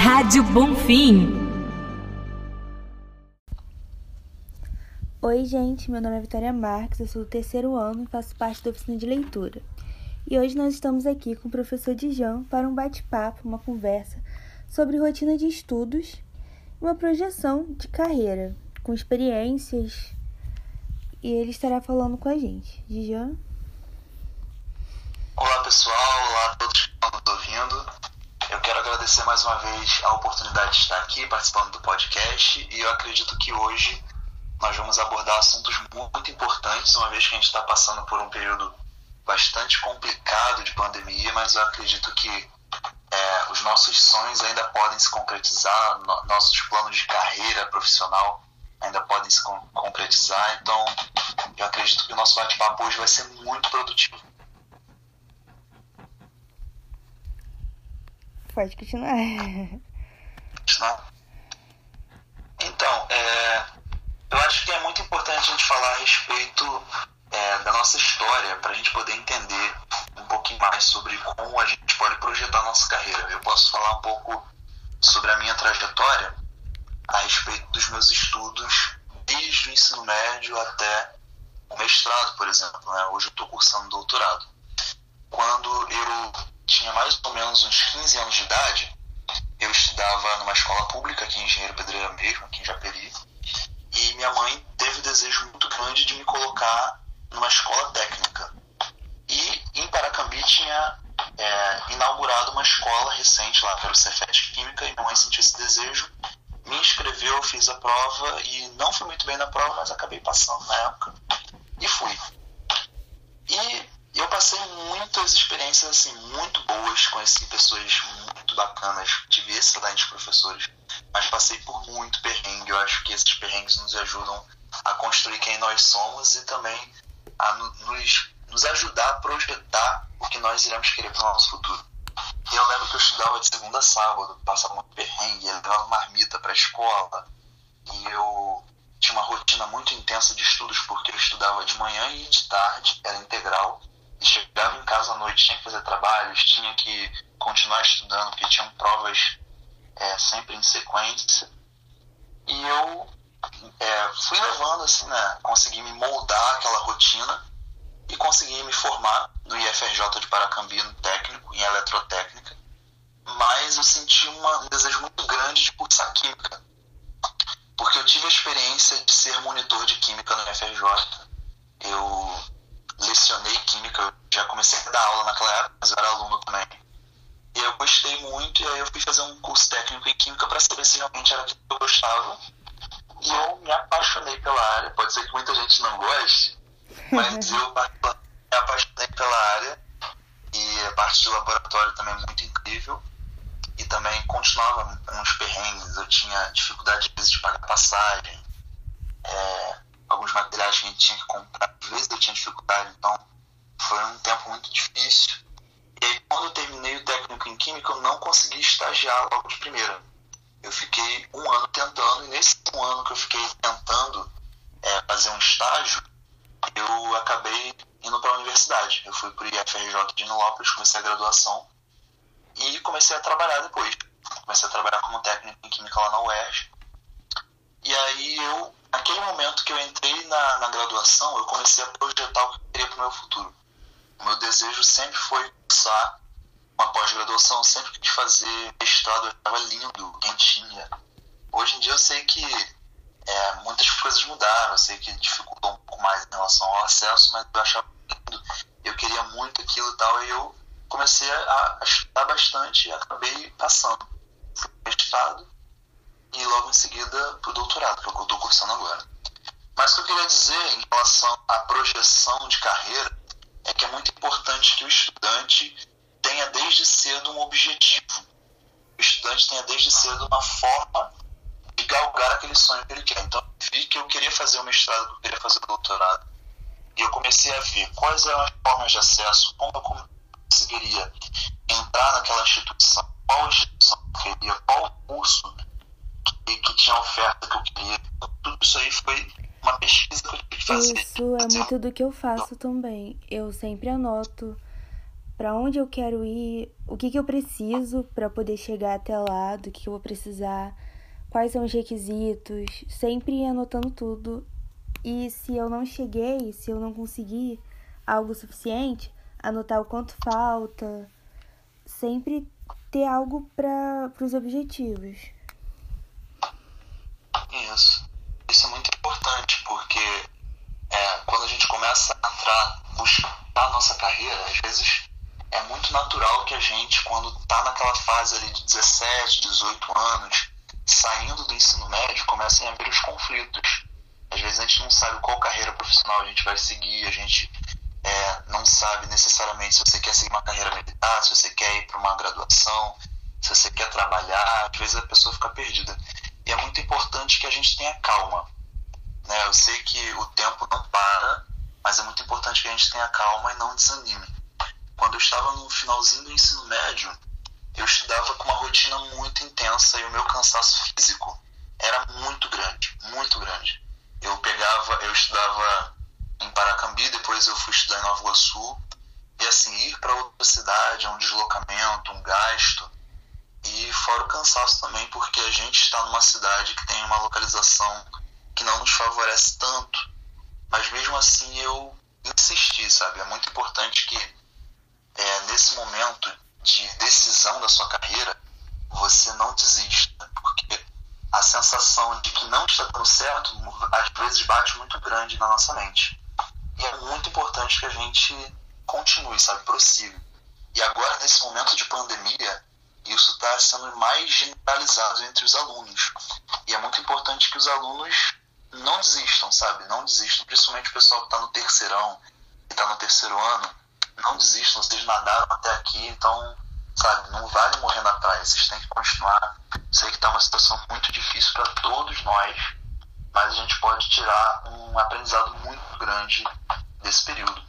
Rádio Bonfim. Oi, gente, meu nome é Vitória Marques, eu sou do 3º ano e faço parte da oficina de leitura. E hoje nós estamos aqui com o professor Dijan para um bate-papo, uma conversa sobre rotina de estudos e uma projeção de carreira, com experiências, e ele estará falando com a gente. Dijan? Olá pessoal, olá a todos que estão nos ouvindo. Eu quero agradecer mais uma vez a oportunidade de estar aqui participando do podcast e eu acredito que hoje nós vamos abordar assuntos muito importantes, uma vez que a gente está passando por um período bastante complicado de pandemia, mas eu acredito que os nossos sonhos ainda podem se concretizar, nossos planos de carreira profissional ainda podem se concretizar, então eu acredito que o nosso bate-papo hoje vai ser muito produtivo. Pode continuar. Então, eu acho que é muito importante a gente falar a respeito da nossa história, para a gente poder entender um pouquinho mais sobre como a gente pode projetar a nossa carreira. Eu posso falar um pouco sobre a minha trajetória a respeito dos meus estudos, desde o ensino médio até o mestrado, por exemplo, né? Hoje eu estou cursando doutorado. Quando eu tinha mais ou menos uns 15 anos de idade, eu estudava numa escola pública aqui em Engenheiro Pedreira mesmo, aqui em Japeri, e minha mãe teve um desejo muito grande de me colocar numa escola técnica. E em Paracambi tinha inaugurado uma escola recente lá, que era o Cefet Química, e minha mãe sentiu esse desejo, me inscreveu, fiz a prova, e não fui muito bem na prova, mas acabei passando na época, e fui. E eu passei muitas experiências assim, muito boas, conheci pessoas muito bacanas, tive excelentes professores, mas passei por muito perrengue. Eu acho que esses perrengues nos ajudam a construir quem nós somos e também a nos ajudar a projetar o que nós iremos querer para o nosso futuro. E eu lembro que eu estudava de segunda a sábado, passava muito perrengue, eu levava marmita para a escola, e eu tinha uma rotina muito intensa de estudos, porque eu estudava de manhã e de tarde, era integral, e chegava em casa à noite, tinha que fazer trabalhos, tinha que continuar estudando, porque tinham provas sempre em sequência. E eu fui levando, assim, né, consegui me moldar aquela rotina e consegui me formar no IFRJ de Paracambi, no técnico, em eletrotécnica. Mas eu senti um desejo muito grande de cursar química, porque eu tive a experiência de ser monitor de química no IFRJ. Eu lecionei química, eu já comecei a dar aula naquela época, mas eu era aluno também. E eu gostei muito, e aí eu fui fazer um curso técnico em química para saber se realmente era aquilo que eu gostava. E eu me apaixonei pela área. Pode ser que muita gente não goste, mas eu me apaixonei pela área. E a parte de laboratório também é muito incrível. E também continuava com os perrengues. Eu tinha dificuldade, às vezes, de pagar passagem. Alguns materiais que a gente tinha que comprar, às vezes eu tinha dificuldade, então foi um tempo muito difícil. E aí, quando eu terminei o técnico em química, eu não consegui estagiar logo de primeira. Eu fiquei um ano tentando, e nesse um ano que eu fiquei tentando fazer um estágio, eu acabei indo para a universidade. Eu fui para o IFRJ de Nilópolis, comecei a graduação e comecei a trabalhar depois. Comecei a trabalhar como técnico em química lá na UERJ. E aí naquele momento que eu entrei na graduação, eu comecei a projetar o que eu queria para o meu futuro. O meu desejo sempre foi cursar uma pós-graduação, sempre quis fazer mestrado, eu achava lindo, quem tinha. Hoje em dia eu sei que muitas coisas mudaram, eu sei que dificultou um pouco mais em relação ao acesso, mas eu achava lindo, eu queria muito aquilo e tal, e eu comecei a estudar bastante e acabei passando. Fui para o mestrado e logo em seguida para o doutorado, que é o que eu estou cursando agora. Mas o que eu queria dizer em relação à projeção de carreira é que é muito importante que o estudante tenha desde cedo um objetivo. O estudante tenha desde cedo uma forma de galgar aquele sonho que ele quer. Então eu vi que eu queria fazer o mestrado, que eu queria fazer o doutorado. E eu comecei a ver quais eram as formas de acesso, como eu conseguiria entrar naquela instituição, qual instituição eu queria, qual curso que tinha oferta que eu queria. Tudo isso aí foi uma pesquisa que eu tive que fazer. Isso é muito do que eu faço também. Eu sempre anoto para onde eu quero ir, o que eu preciso para poder chegar até lá, do que eu vou precisar, quais são os requisitos, sempre anotando tudo. E se eu não cheguei, se eu não consegui algo suficiente, anotar o quanto falta, sempre ter algo para os objetivos. Isso é muito importante, porque quando a gente começa a buscar a nossa carreira, às vezes é muito natural que a gente, quando está naquela fase ali de 17, 18 anos, saindo do ensino médio, comecem a vir os conflitos. Às vezes a gente não sabe qual carreira profissional a gente vai seguir, a gente não sabe necessariamente se você quer seguir uma carreira militar, se você quer ir para uma graduação, se você quer trabalhar. Às vezes a pessoa fica perdida. E é muito importante que a gente tenha calma. Né? Eu sei que o tempo não para, mas é muito importante que a gente tenha calma e não desanime. Quando eu estava no finalzinho do ensino médio, eu estudava com uma rotina muito intensa e o meu cansaço físico era muito grande, muito grande. Eu estudava em Paracambi, depois eu fui estudar em Nova Iguaçu, e assim, ir para outra cidade é um deslocamento, um gasto, e fora o cansaço também, porque a gente está numa cidade que tem uma localização que não nos favorece tanto, mas mesmo assim eu insisti, sabe? É muito importante que nesse momento de decisão da sua carreira, você não desista, porque a sensação de que não está dando certo, às vezes bate muito grande na nossa mente. E é muito importante que a gente continue, sabe, prossiga. E agora, nesse momento de pandemia, isso está sendo mais generalizado entre os alunos. E é muito importante que os alunos não desistam, sabe? Não desistam, principalmente o pessoal que está no terceirão, que está no terceiro ano. Não desistam, vocês nadaram até aqui, então, sabe, não vale morrer na praia, vocês têm que continuar. Sei que está uma situação muito difícil para todos nós, mas a gente pode tirar um aprendizado muito grande desse período.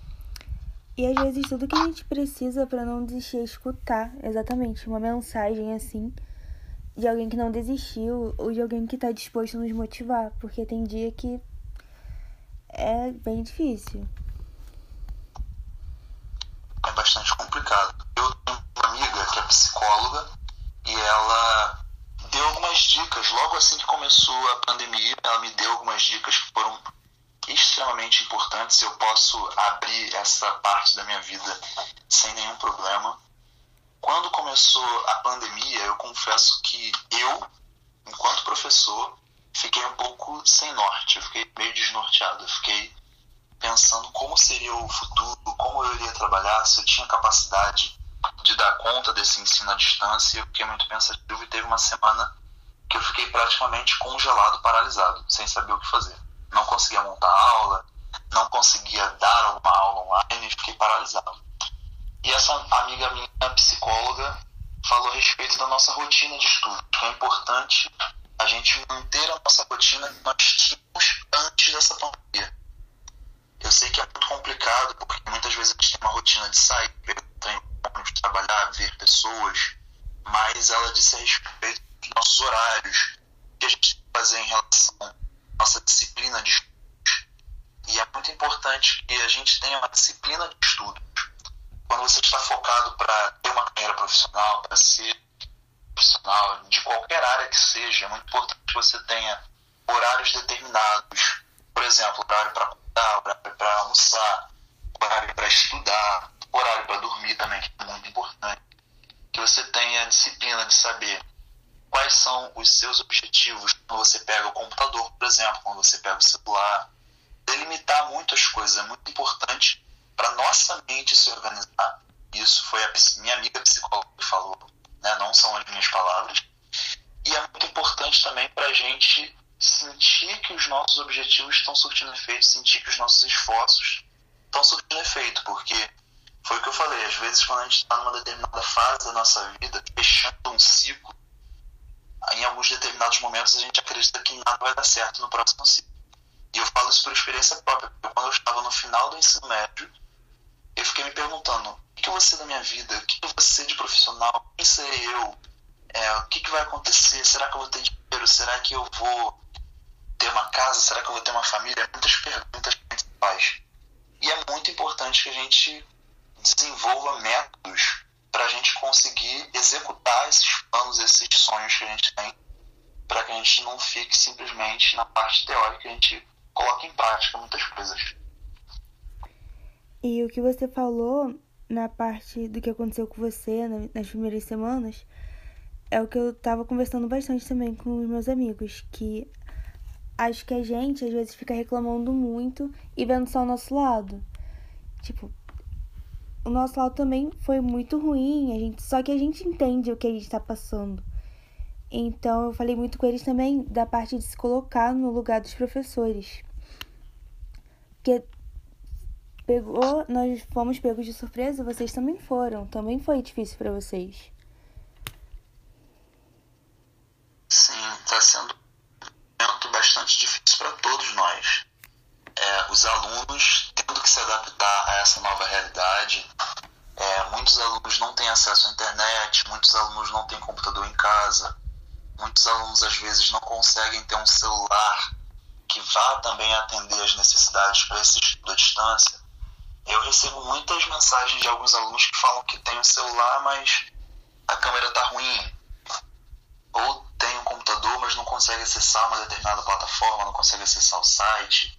E às vezes tudo que a gente precisa para não desistir é escutar, exatamente, uma mensagem assim, de alguém que não desistiu, ou de alguém que está disposto a nos motivar, porque tem dia que é bem difícil. É bastante complicado. Eu tenho uma amiga que é psicóloga e ela deu algumas dicas. Logo assim que começou a pandemia, ela me deu algumas dicas que foram extremamente importantes. Eu posso abrir essa parte da minha vida sem nenhum problema. Quando começou a pandemia, eu confesso que eu, enquanto professor, fiquei um pouco sem norte. Eu fiquei meio desnorteado. Eu fiquei pensando como seria o futuro, como eu iria trabalhar, se eu tinha capacidade de dar conta desse ensino à distância. Eu fiquei muito pensativo e teve uma semana que eu fiquei praticamente congelado, paralisado, sem saber o que fazer. Não conseguia montar aula, não conseguia dar alguma aula online, fiquei paralisado. E essa amiga minha, psicóloga, falou a respeito da nossa rotina de estudo, que é importante a gente manter a nossa rotina que nós tínhamos antes dessa pandemia. Eu sei que é muito complicado, porque muitas vezes a gente tem uma rotina de sair, trabalhar, ver pessoas, mas ela disse a respeito dos nossos horários, o que a gente tem que fazer em relação à nossa disciplina de estudos. E é muito importante que a gente tenha uma disciplina de estudos. Quando você está focado para ter uma carreira profissional, para ser profissional de qualquer área que seja, é muito importante que você tenha horários determinados. Por exemplo, horário para acordar, horário para almoçar, horário para estudar, horário para dormir também, que é muito importante. Que você tenha a disciplina de saber quais são os seus objetivos quando você pega o computador, por exemplo, quando você pega o celular. Delimitar muito as coisas é muito importante para nossa mente se organizar. Isso foi a minha amiga psicóloga que falou, né? Não são as minhas palavras. E é muito importante também para a gente sentir que os nossos objetivos estão surtindo efeito, sentir que os nossos esforços estão surtindo efeito, porque foi o que eu falei, às vezes quando a gente está numa determinada fase da nossa vida, fechando um ciclo, em alguns determinados momentos a gente acredita que nada vai dar certo no próximo ciclo. E eu falo isso por experiência própria, porque quando eu estava no final do ensino médio, eu fiquei me perguntando, o que eu vou ser da minha vida? O que eu vou ser de profissional? Quem serei eu? O que vai acontecer? Será que eu vou ter dinheiro? Será que eu vou ter uma casa? Será que eu vou ter uma família? Muitas perguntas que a gente faz. E é muito importante que a gente desenvolva métodos para a gente conseguir executar esses planos, esses sonhos que a gente tem, para que a gente não fique simplesmente na parte teórica, a gente coloque em prática muitas coisas. E o que você falou na parte do que aconteceu com você nas primeiras semanas é o que eu tava conversando bastante também com os meus amigos, que acho que a gente às vezes fica reclamando muito e vendo só o nosso lado. Tipo, o nosso lado também foi muito ruim, só que a gente entende o que a gente tá passando. Então eu falei muito com eles também da parte de se colocar no lugar dos professores. Porque nós fomos pegos de surpresa, vocês também foram. Também foi difícil para vocês. Sim, está sendo um momento bastante difícil para todos nós. Os alunos tendo que se adaptar a essa nova realidade. Muitos alunos não têm acesso à internet, muitos alunos não têm computador em casa, muitos alunos às vezes não conseguem ter um celular que vá também atender as necessidades para esse estudo à distância. Eu recebo muitas mensagens de alguns alunos que falam que tem um celular, mas a câmera está ruim. Ou tem um computador, mas não consegue acessar uma determinada plataforma, não consegue acessar o site.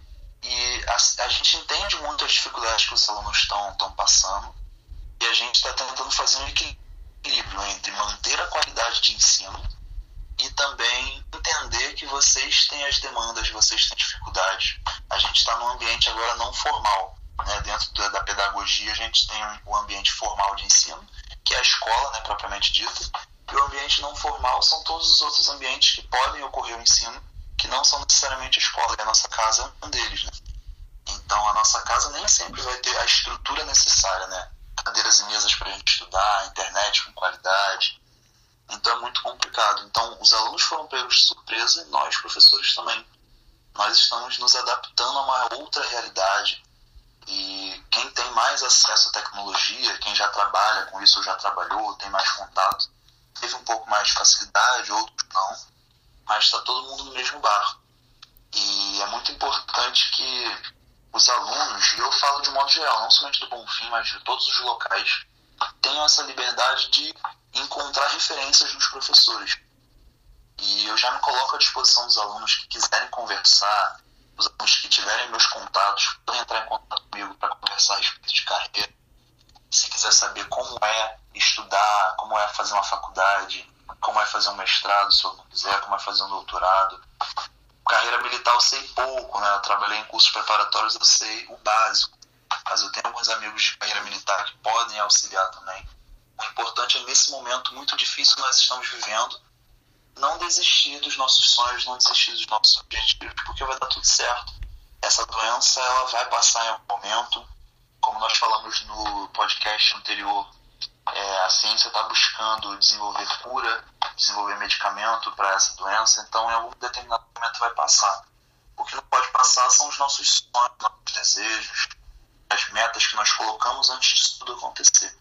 E a gente entende muito as dificuldades que os alunos estão passando, e a gente está tentando fazer um equilíbrio entre manter a qualidade de ensino e também entender que vocês têm as demandas, vocês têm dificuldades. A gente está num ambiente agora não formal, né? Dentro da pedagogia a gente tem o ambiente formal de ensino, que é a escola, né, propriamente dita, e o ambiente não formal são todos os outros ambientes que podem ocorrer o ensino, que não são necessariamente a escola, e a nossa casa é um deles, né? Então a nossa casa nem sempre vai ter a estrutura necessária, né? Cadeiras e mesas para a gente estudar, internet com qualidade. Então é muito complicado. Então os alunos foram pegos de surpresa e nós, professores, também. Nós estamos nos adaptando a uma outra realidade. E quem tem mais acesso à tecnologia, quem já trabalha com isso ou já trabalhou, tem mais contato, teve um pouco mais de facilidade, outros não. Mas está todo mundo no mesmo barco. E é muito importante que os alunos, e eu falo de modo geral, não somente do Bonfim, mas de todos os locais, tenham essa liberdade de encontrar referências nos professores. E eu já me coloco à disposição dos alunos que quiserem conversar, os alunos que tiverem meus contatos, podem entrar em contato comigo para conversar a respeito de carreira. Se quiser saber como é estudar, como é fazer uma faculdade, como é fazer um mestrado, se eu não quiser, como é fazer um doutorado. Carreira militar eu sei pouco, né? Eu trabalhei em cursos preparatórios, eu sei o básico. Mas eu tenho alguns amigos de carreira militar que podem auxiliar também. O importante é, nesse momento muito difícil que nós estamos vivendo, não desistir dos nossos sonhos, não desistir dos nossos objetivos, porque vai dar tudo certo. Essa doença, ela vai passar em algum momento. Como nós falamos no podcast anterior, a ciência está buscando desenvolver cura, desenvolver medicamento para essa doença, então em algum determinado momento vai passar. O que não pode passar são os nossos sonhos, nossos desejos, as metas que nós colocamos antes disso tudo acontecer.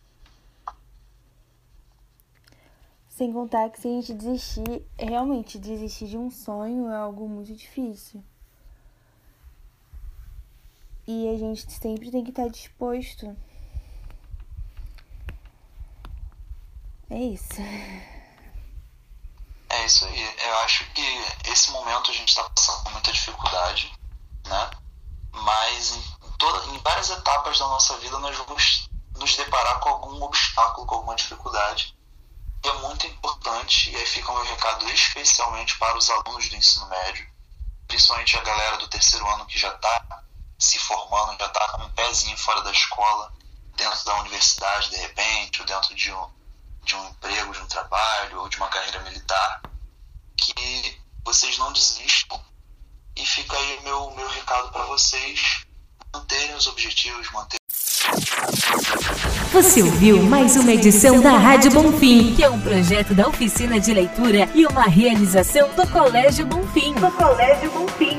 Sem contar que se a gente realmente desistir de um sonho é algo muito difícil. E a gente sempre tem que estar disposto. É isso. É isso aí. Eu acho que esse momento a gente está passando com muita dificuldade, né? Mas em várias etapas da nossa vida nós vamos nos deparar com algum obstáculo, com alguma dificuldade. E é muito importante, e aí fica o meu recado especialmente para os alunos do ensino médio, principalmente a galera do terceiro ano que já está se formando, já está com um pezinho fora da escola, dentro da universidade de repente, ou dentro de um emprego, de um trabalho, ou de uma carreira militar, que vocês não desistam. E fica aí meu recado para vocês manterem os objetivos, Você ouviu mais uma edição da Rádio Bonfim, que é um projeto da Oficina de Leitura e uma realização do Colégio Bonfim.